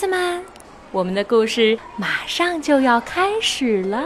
子们，我们的故事马上就要开始了。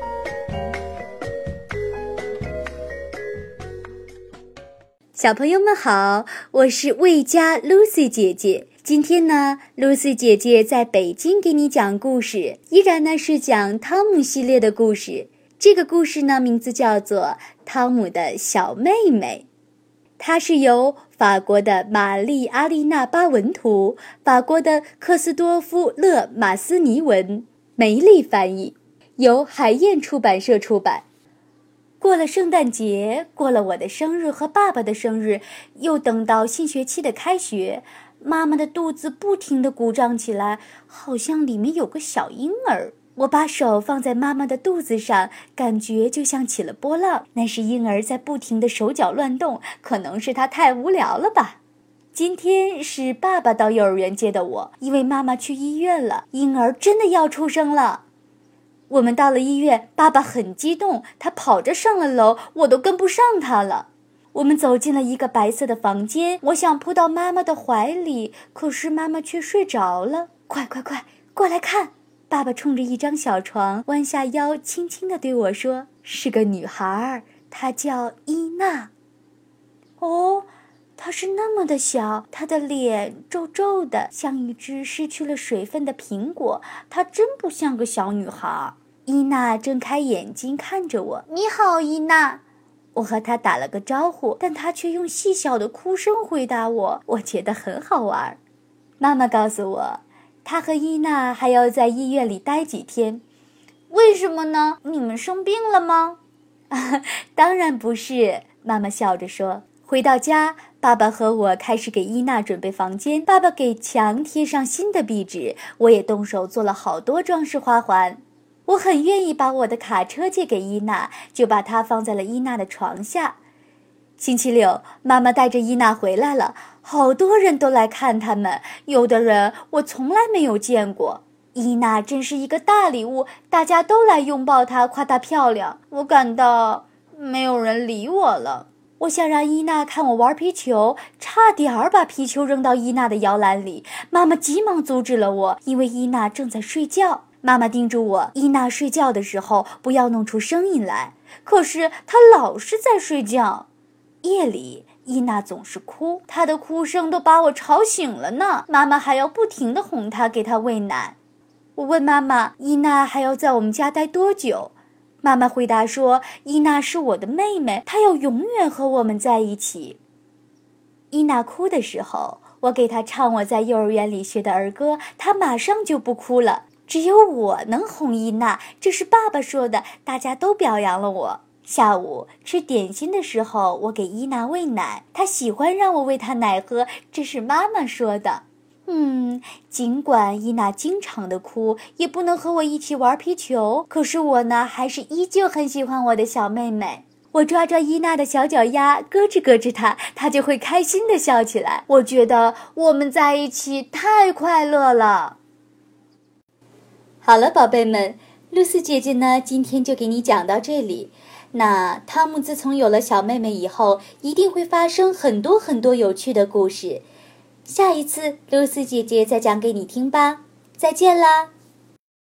小朋友们好，我是魏佳 Lucy 姐姐。今天呢 ，Lucy 姐姐在北京给你讲故事，依然呢是讲汤姆系列的故事。这个故事呢，名字叫做《汤姆的小妹妹》。它是由法国的玛丽·阿丽娜·巴文图，法国的克斯多夫·勒马斯尼文，梅丽翻译，由海燕出版社出版。过了圣诞节，过了我的生日和爸爸的生日，又等到新学期的开学，妈妈的肚子不停地鼓胀起来，好像里面有个小婴儿。我把手放在妈妈的肚子上，感觉就像起了波浪，那是婴儿在不停地手脚乱动，可能是他太无聊了吧。今天是爸爸到幼儿园接的我，因为妈妈去医院了，婴儿真的要出生了。我们到了医院，爸爸很激动，他跑着上了楼，我都跟不上他了。我们走进了一个白色的房间，我想扑到妈妈的怀里，可是妈妈却睡着了。快，过来看！爸爸冲着一张小床，弯下腰，轻轻地对我说：“是个女孩，她叫伊娜。”哦，她是那么的小，她的脸皱皱的，像一只失去了水分的苹果。她真不像个小女孩。伊娜睁开眼睛看着我：“你好，伊娜。”我和她打了个招呼，但她却用细小的哭声回答我，我觉得很好玩。妈妈告诉我，她和伊娜还要在医院里待几天。为什么呢？你们生病了吗？当然不是，妈妈笑着说。回到家，爸爸和我开始给伊娜准备房间。爸爸给墙贴上新的壁纸，我也动手做了好多装饰花环。我很愿意把我的卡车借给伊娜，就把它放在了伊娜的床下。星期六，妈妈带着伊娜回来了，好多人都来看他们，有的人我从来没有见过。伊娜真是一个大礼物，大家都来拥抱她，夸她漂亮。我感到没有人理我了。我想让伊娜看我玩皮球，差点把皮球扔到伊娜的摇篮里。妈妈急忙阻止了我，因为伊娜正在睡觉。妈妈叮嘱我，伊娜睡觉的时候不要弄出声音来。可是她老是在睡觉。夜里，伊娜总是哭，她的哭声都把我吵醒了呢。妈妈还要不停地哄她，给她喂奶。我问妈妈，伊娜还要在我们家待多久？妈妈回答说，伊娜是我的妹妹，她要永远和我们在一起。伊娜哭的时候，我给她唱我在幼儿园里学的儿歌，她马上就不哭了。只有我能哄伊娜，这是爸爸说的，大家都表扬了我。下午吃点心的时候，我给伊娜喂奶，她喜欢让我喂她奶喝，这是妈妈说的。尽管伊娜经常的哭，也不能和我一起玩皮球，可是我呢，还是依旧很喜欢我的小妹妹。我抓抓伊娜的小脚丫，咯吱咯吱她，她就会开心地笑起来。我觉得我们在一起太快乐了。好了，宝贝们，露丝姐姐呢，今天就给你讲到这里。那汤姆自从有了小妹妹以后，一定会发生很多很多有趣的故事。下一次，露丝姐姐再讲给你听吧。再见啦！